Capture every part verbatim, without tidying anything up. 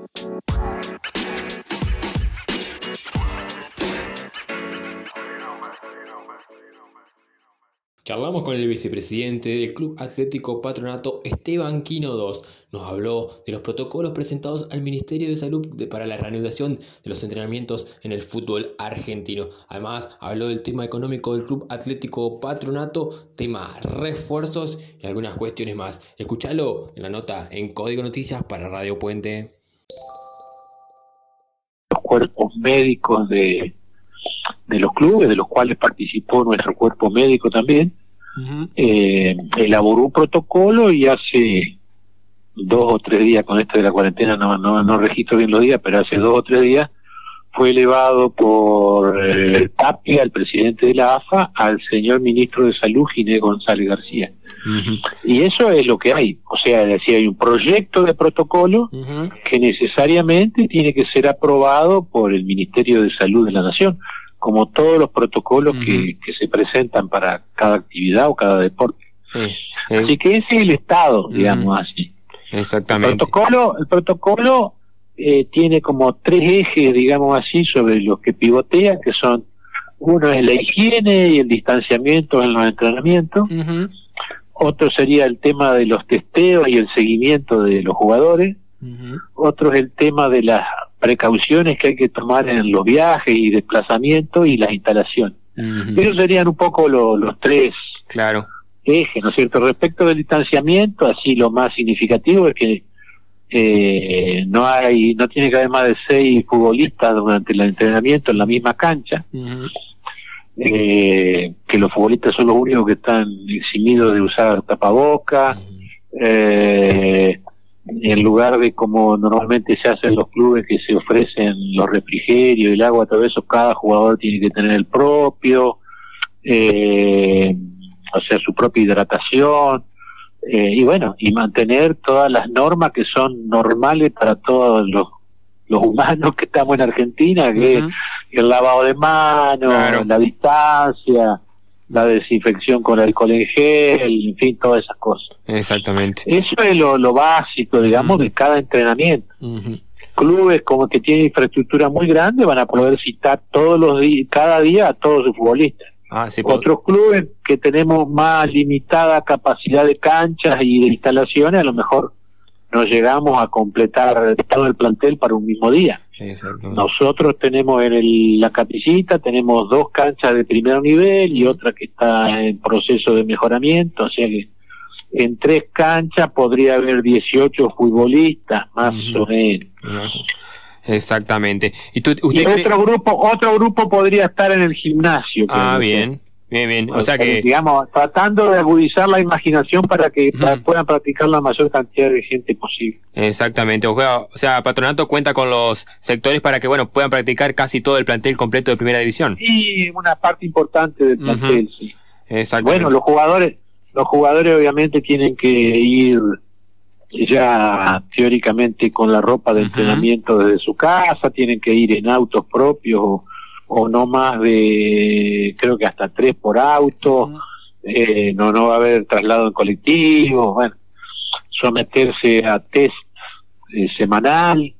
Charlamos con el vicepresidente del Club Atlético Patronato, Esteban Quino dos. Nos habló de los protocolos presentados al Ministerio de Salud de, para la reanudación de los entrenamientos en el fútbol argentino. Además, habló del tema económico del Club Atlético Patronato, tema refuerzos y algunas cuestiones más. Escúchalo en la nota en Código Noticias para Radio Puente. Los cuerpos médicos de... de los clubes, de los cuales participó nuestro cuerpo médico también, uh-huh. eh, elaboró un protocolo y hace dos o tres días, con esto de la cuarentena no, no, no registro bien los días, pero hace dos o tres días fue elevado por eh, el Tapia, el presidente de la A F A, al señor ministro de Salud, Ginés González García. Uh-huh. Y eso es lo que hay, o sea, decía, hay un proyecto de protocolo uh-huh. que necesariamente tiene que ser aprobado por el Ministerio de Salud de la Nación, como todos los protocolos uh-huh. que, que se presentan para cada actividad o cada deporte. Es, es... Así que ese es el estado, uh-huh. digamos así. Exactamente. El protocolo, el protocolo eh, tiene como tres ejes, digamos así, sobre los que pivotea, que son, uno es la higiene y el distanciamiento en los entrenamientos, uh-huh. otro sería el tema de los testeos y el seguimiento de los jugadores, uh-huh. otro es el tema de las precauciones que hay que tomar en los viajes y desplazamientos y las instalaciones. Uh-huh. Esos serían un poco lo, los tres claro. ejes, ¿no es cierto? Respecto del distanciamiento, así lo más significativo es que eh, no hay, no tiene que haber más de seis futbolistas durante el entrenamiento en la misma cancha, uh-huh. eh, que los futbolistas son los únicos que están eximidos de usar tapabocas, uh-huh. eh, en lugar de como normalmente se hace en los clubes, que se ofrecen los refrigerios, el agua, todo eso, cada jugador tiene que tener el propio, eh, o sea, su propia hidratación, eh, y bueno, y mantener todas las normas que son normales para todos los, los humanos que estamos en Argentina, que uh-huh. es el lavado de manos, claro. la distancia, la desinfección con alcohol en gel, en fin, todas esas cosas. Exactamente. Eso es lo, lo básico, digamos, uh-huh. de cada entrenamiento. Uh-huh. Clubes como que tienen infraestructura muy grande van a poder citar todos los días, cada día a todos sus futbolistas. Ah, sí, otros clubes que tenemos más limitada capacidad de canchas y de instalaciones, a lo mejor no llegamos a completar todo el plantel para un mismo día. Nosotros tenemos en el, la Capicita, tenemos dos canchas de primer nivel y otra que está en proceso de mejoramiento, o sea que en tres canchas podría haber dieciocho futbolistas, más uh-huh. o menos. Uh-huh. Exactamente. ¿Y, tú, usted y cree... otro grupo otro grupo podría estar en el gimnasio. Ah, bien. Bien, bien. O, o sea que... digamos, tratando de agudizar la imaginación para que uh-huh. para, puedan practicar la mayor cantidad de gente posible. Exactamente. O sea, o sea, Patronato cuenta con los sectores para que, bueno, puedan practicar casi todo el plantel completo de Primera División. Y una parte importante del plantel, uh-huh. sí. Exactamente. Bueno, los jugadores, los jugadores obviamente tienen que ir ya teóricamente con la ropa de uh-huh. entrenamiento desde su casa, tienen que ir en autos propios o, o no más de, creo que hasta tres por auto, uh-huh. eh, no no va a haber traslado en colectivo, bueno, someterse a test eh, semanal,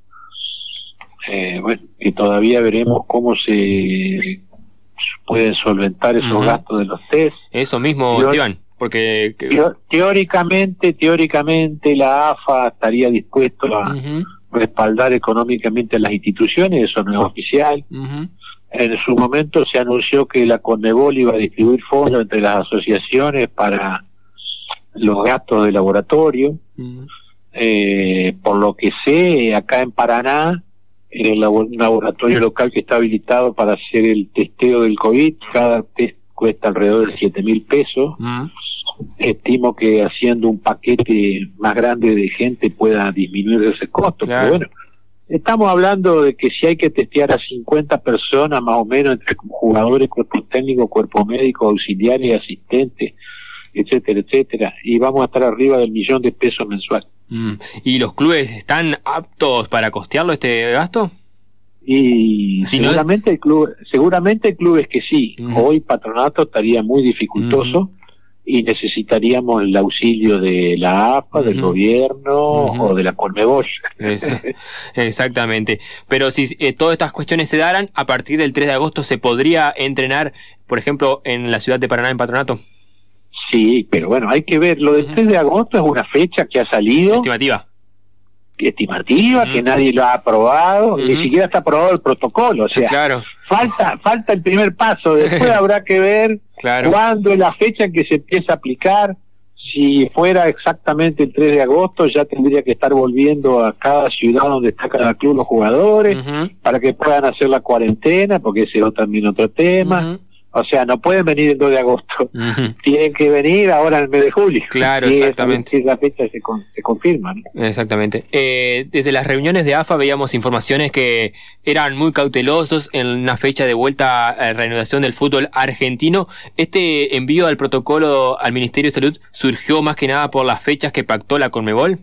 eh, bueno, y todavía veremos cómo se pueden solventar esos uh-huh. gastos de los test. Eso mismo, Yo, Esteban. Porque teóricamente teóricamente la A F A estaría dispuesto a uh-huh. respaldar económicamente a las instituciones, eso no es oficial. Uh-huh. En su momento se anunció que la Conmebol iba a distribuir fondos entre las asociaciones para los gastos de laboratorio. Uh-huh. eh, por lo que sé, acá en Paraná, en el labo- laboratorio local que está habilitado para hacer el testeo del COVID, cada test cuesta alrededor de siete mil pesos. Uh-huh. Estimo que haciendo un paquete más grande de gente pueda disminuir ese costo, claro. Pero bueno, estamos hablando de que si hay que testear a cincuenta personas más o menos, entre jugadores, cuerpo técnico, cuerpo médico, auxiliares, asistentes, etcétera, etcétera, y vamos a estar arriba del millón de pesos mensual. Mm. ¿Y los clubes están aptos para costearlo este gasto? Y si seguramente no... el club, seguramente hay clubes que sí. Uh-huh. Hoy Patronato estaría muy dificultoso. Uh-huh. y necesitaríamos el auxilio de la A F A, uh-huh. del gobierno uh-huh. o de la Conmebol. Exactamente. Pero si eh, todas estas cuestiones se daran, a partir del tres de agosto se podría entrenar, por ejemplo, en la ciudad de Paraná, en Patronato. Sí, pero bueno, hay que ver, lo del uh-huh. tres de agosto es una fecha que ha salido. Estimativa. estimativa, uh-huh. que nadie lo ha aprobado, uh-huh. ni siquiera está aprobado el protocolo, o sea, claro. falta falta el primer paso, después habrá que ver claro. cuándo es la fecha en que se empieza a aplicar. Si fuera exactamente el tres de agosto, ya tendría que estar volviendo a cada ciudad donde está cada club los jugadores, uh-huh. para que puedan hacer la cuarentena, porque ese es también otro tema. Uh-huh. O sea, no pueden venir el dos de agosto, uh-huh. tienen que venir ahora en el mes de julio. Claro, y exactamente. Esa, esa fecha se, con, se confirma, ¿no? Exactamente. Eh, desde las reuniones de A F A veíamos informaciones que eran muy cautelosos en una fecha de vuelta a la reanudación del fútbol argentino. ¿Este envío al protocolo al Ministerio de Salud surgió más que nada por las fechas que pactó la Conmebol?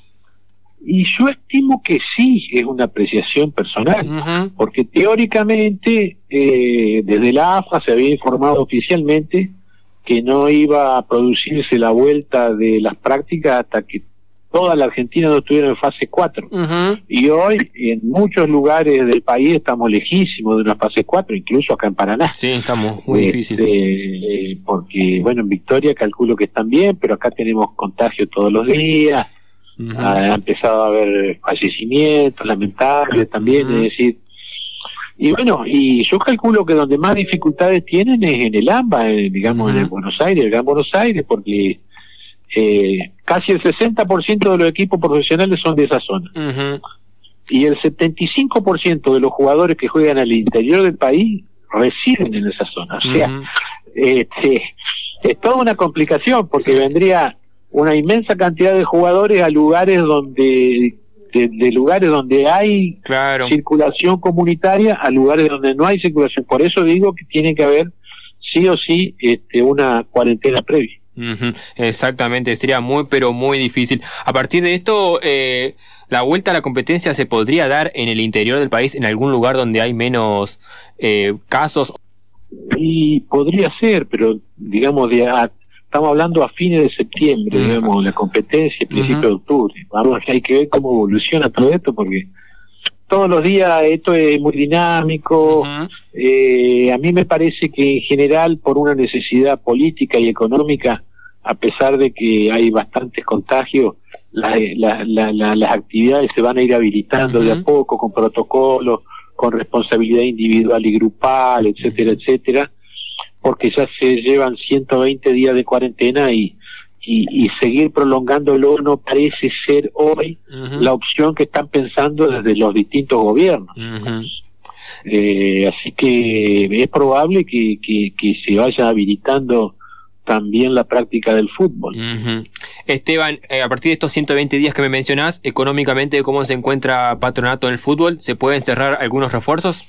Y yo estimo que sí, es una apreciación personal, uh-huh. porque teóricamente eh, desde la A F A se había informado oficialmente que no iba a producirse la vuelta de las prácticas hasta que toda la Argentina no estuviera en fase cuatro. Uh-huh. Y hoy en muchos lugares del país estamos lejísimos de una fase cuatro, incluso acá en Paraná. Sí, estamos muy este, difícil. Eh, porque, bueno, en Victoria calculo que están bien, pero acá tenemos contagios todos los días. Uh-huh. Ha empezado a haber fallecimientos lamentables también, uh-huh. es decir, y bueno, y yo calculo que donde más dificultades tienen es en el AMBA, eh, digamos, uh-huh. en el Buenos Aires, el Gran Buenos Aires, porque eh, casi el sesenta por ciento de los equipos profesionales son de esa zona, uh-huh. y el setenta y cinco por ciento de los jugadores que juegan al interior del país residen en esa zona, o sea, uh-huh. este, es toda una complicación, porque vendría una inmensa cantidad de jugadores a lugares donde de, de lugares donde hay claro. circulación comunitaria a lugares donde no hay circulación. Por eso digo que tiene que haber sí o sí este, una cuarentena previa. Uh-huh. Exactamente, sería muy pero muy difícil. A partir de esto, eh, la vuelta a la competencia se podría dar en el interior del país, en algún lugar donde hay menos eh, casos. Y podría ser, pero digamos de a estamos hablando a fines de septiembre, uh-huh. digamos, la competencia, principio uh-huh. de octubre. Vamos, hay que ver cómo evoluciona todo esto, porque todos los días esto es muy dinámico. Uh-huh. Eh, a mí me parece que en general, por una necesidad política y económica, a pesar de que hay bastantes contagios, la, la, la, la, las actividades se van a ir habilitando uh-huh. de a poco, con protocolos, con responsabilidad individual y grupal, etcétera, etcétera, porque ya se llevan ciento veinte días de cuarentena y, y, y seguir prolongándolo no parece ser hoy uh-huh. la opción que están pensando desde los distintos gobiernos. Uh-huh. Eh, así que es probable que, que, que se vaya habilitando también la práctica del fútbol. Uh-huh. Esteban, eh, a partir de estos ciento veinte días que me mencionás, económicamente, ¿cómo se encuentra Patronato en el fútbol? ¿Se pueden cerrar algunos refuerzos?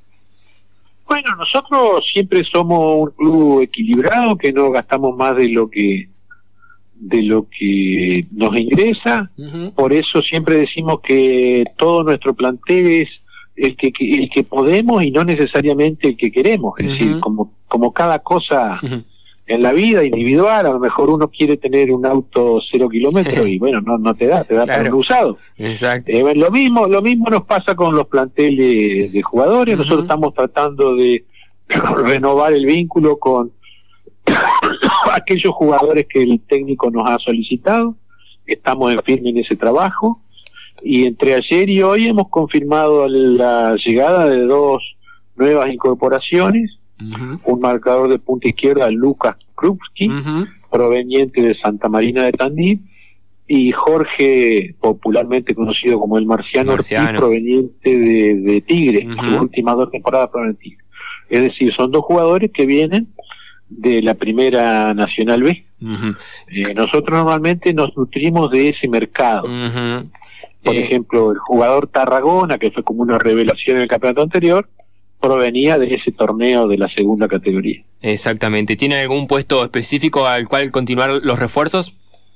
Bueno, nosotros siempre somos un club equilibrado, que no gastamos más de lo que de lo que nos ingresa. Uh-huh. Por eso siempre decimos que todo nuestro plantel es el que, el que podemos y no necesariamente el que queremos. Es uh-huh. decir, como como cada cosa uh-huh. en la vida individual, a lo mejor uno quiere tener un auto cero kilómetros y bueno, no no te da, te da claro. para un usado. Exacto. Eh, lo mismo lo mismo nos pasa con los planteles de jugadores. Uh-huh. Nosotros estamos tratando de renovar el vínculo con aquellos jugadores que el técnico nos ha solicitado. Estamos en firme en ese trabajo, y entre ayer y hoy hemos confirmado la llegada de dos nuevas incorporaciones. Uh-huh. Un marcador de punta izquierda, Lucas Krupski, uh-huh. proveniente de Santa Marina de Tandil, y Jorge, popularmente conocido como el Marciano, Marciano. Ortiz, proveniente de, de Tigre, uh-huh. sus últimas dos temporadas provenientes de Tigre. Es decir, son dos jugadores que vienen de la Primera Nacional B. Uh-huh. Eh, nosotros normalmente nos nutrimos de ese mercado. Uh-huh. Por eh. ejemplo, el jugador Tarragona, que fue como una revelación en el campeonato anterior, provenía de ese torneo de la segunda categoría. Exactamente. ¿Tiene algún puesto específico al cual continuar los refuerzos?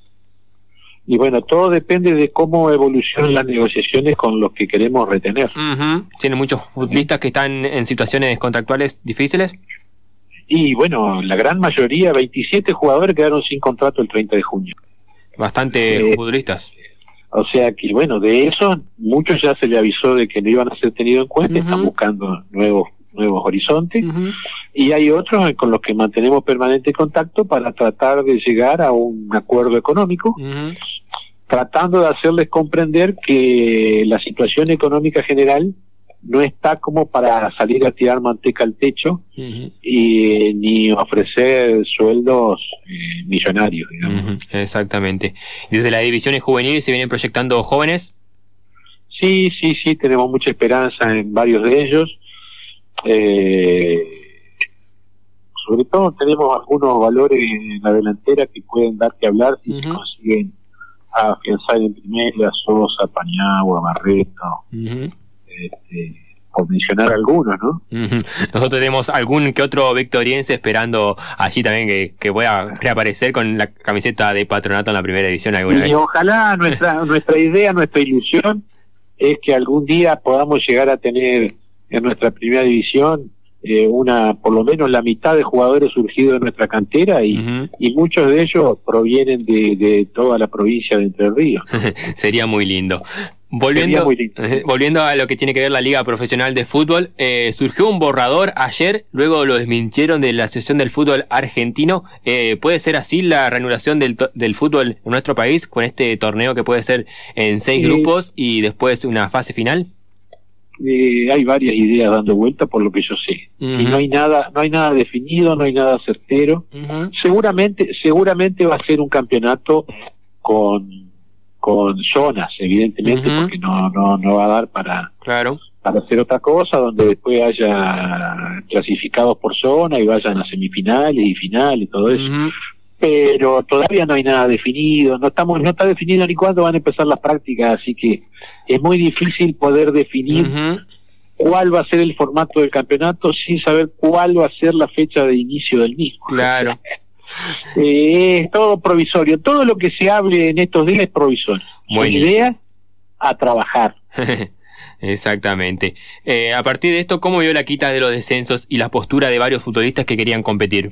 Y bueno, todo depende de cómo evolucionan las negociaciones con los que queremos retener. Uh-huh. ¿Tiene muchos futbolistas que están en situaciones contractuales difíciles? y bueno, la gran mayoría, veintisiete jugadores quedaron sin contrato el treinta de junio. Bastante eh, futbolistas. O sea que, bueno, de eso, muchos ya se le avisó de que no iban a ser tenidos en cuenta, uh-huh. Están buscando nuevos nuevos horizontes, uh-huh. Y hay otros con los que mantenemos permanente contacto para tratar de llegar a un acuerdo económico, uh-huh. Tratando de hacerles comprender que la situación económica general no está como para salir a tirar manteca al techo, uh-huh. Y ni ofrecer sueldos eh, millonarios, digamos. Uh-huh. Exactamente. ¿Desde las divisiones juveniles se vienen proyectando jóvenes? Sí, sí, sí, tenemos mucha esperanza en varios de ellos. Eh, sobre todo tenemos algunos valores en la delantera que pueden dar que hablar si uh-huh. se consiguen afianzar en primera, Sosa, Paniagua, Barreto, uh-huh. este, por mencionar algunos, ¿no? Uh-huh. Nosotros tenemos algún que otro victoriense esperando allí también que, que pueda reaparecer con la camiseta de Patronato en la primera división alguna y vez. Ojalá nuestra, nuestra idea, nuestra ilusión es que algún día podamos llegar a tener en nuestra primera división eh, una, por lo menos la mitad de jugadores surgidos de nuestra cantera y, uh-huh. y muchos de ellos provienen de, de toda la provincia de Entre Ríos. Sería muy lindo. Volviendo, muy lindo. Eh, volviendo a lo que tiene que ver la Liga Profesional de Fútbol, eh, surgió un borrador ayer, luego lo desmintieron de la Asociación del Fútbol Argentino. Eh, ¿Puede ser así la reanudación del, del fútbol en nuestro país con este torneo que puede ser en seis eh, grupos y después una fase final? Eh, hay varias ideas dando vuelta por lo que yo sé, uh-huh. Y no hay nada, no hay nada definido, no hay nada certero. Uh-huh. Seguramente, seguramente va a ser un campeonato con con zonas, evidentemente, uh-huh. Porque no no no va a dar para claro. para hacer otra cosa donde después haya clasificados por zona y vayan a semifinales y finales y todo eso. Uh-huh. Pero todavía no hay nada definido, no estamos no está definido ni cuándo van a empezar las prácticas, así que es muy difícil poder definir uh-huh. cuál va a ser el formato del campeonato sin saber cuál va a ser la fecha de inicio del mismo. Claro. Eh, es todo provisorio, todo lo que se hable en estos días es provisorio. Son ideas a trabajar. Exactamente. Eh, a partir de esto, ¿cómo vio la quita de los descensos y la postura de varios futbolistas que querían competir?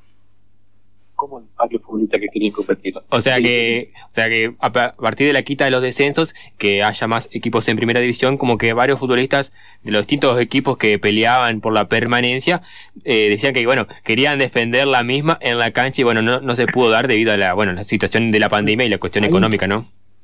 Como varios futbolistas que querían competir. O sea que, o sea que a partir de la quita de los descensos, que haya más equipos en primera división, como que varios futbolistas de los distintos equipos que peleaban por la permanencia, eh, decían que bueno, querían defender la misma en la cancha y bueno, no, no se pudo dar debido a la, bueno, la situación de la pandemia y la cuestión ahí, económica, ¿no?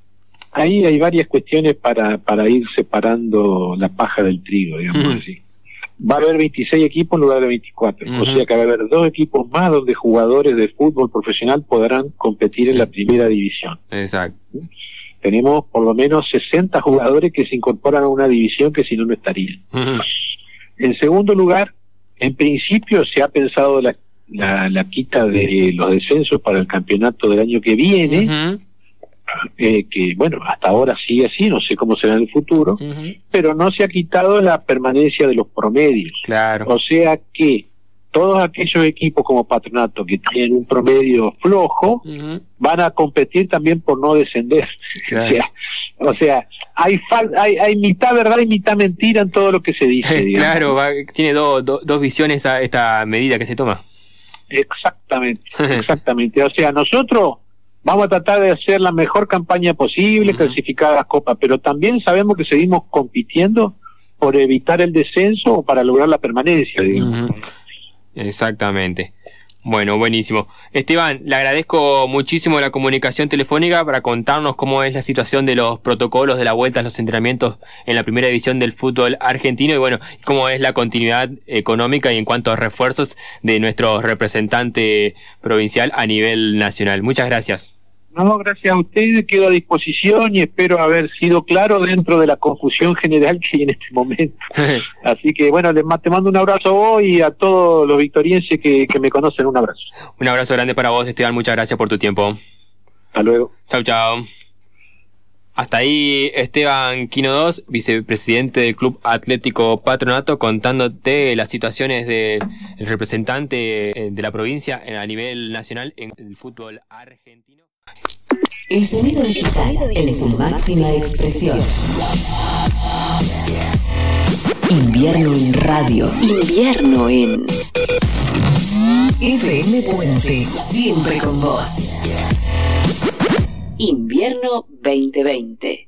Ahí hay varias cuestiones para, para ir separando la paja del trigo, digamos uh-huh. así. Va a haber veintiséis equipos en lugar de veinticuatro, uh-huh. O sea que va a haber dos equipos más donde jugadores de fútbol profesional podrán competir en la primera división. Exacto. Tenemos por lo menos sesenta jugadores que se incorporan a una división que si no, no estarían. Uh-huh. En segundo lugar, en principio se ha pensado la, la, la quita de los descensos para el campeonato del año que viene, uh-huh. Eh, que bueno, hasta ahora sigue así, no sé cómo será en el futuro, uh-huh. Pero no se ha quitado la permanencia de los promedios. Claro. O sea que todos aquellos equipos como Patronato que tienen un promedio flojo, uh-huh. van a competir también por no descender. Claro. O sea, o sea hay, fal hay hay mitad verdad y mitad mentira en todo lo que se dice. Claro, va, tiene do, do, dos visiones a esta medida que se toma. Exactamente, exactamente. O sea, nosotros vamos a tratar de hacer la mejor campaña posible, uh-huh. clasificar a las copas, pero también sabemos que seguimos compitiendo por evitar el descenso o para lograr la permanencia, digamos. Uh-huh. Exactamente. Bueno, buenísimo. Esteban, le agradezco muchísimo la comunicación telefónica para contarnos cómo es la situación de los protocolos de la vuelta a los entrenamientos en la primera división del fútbol argentino y bueno, cómo es la continuidad económica y en cuanto a refuerzos de nuestro representante provincial a nivel nacional. Muchas gracias. No, gracias a ustedes, quedo a disposición y espero haber sido claro dentro de la confusión general que hay en este momento. Así que bueno, les te mando un abrazo a vos y a todos los victorienses que, que me conocen, un abrazo. Un abrazo grande para vos, Esteban, muchas gracias por tu tiempo. Hasta luego. Chau, chau. Hasta ahí Esteban Quino dos, vicepresidente del Club Atlético Patronato, contándote las situaciones del de representante de la provincia a nivel nacional en el fútbol argentino. El sonido digital en su máxima expresión. Invierno en radio. Invierno en F M Puente, siempre con vos. Invierno veinte veinte.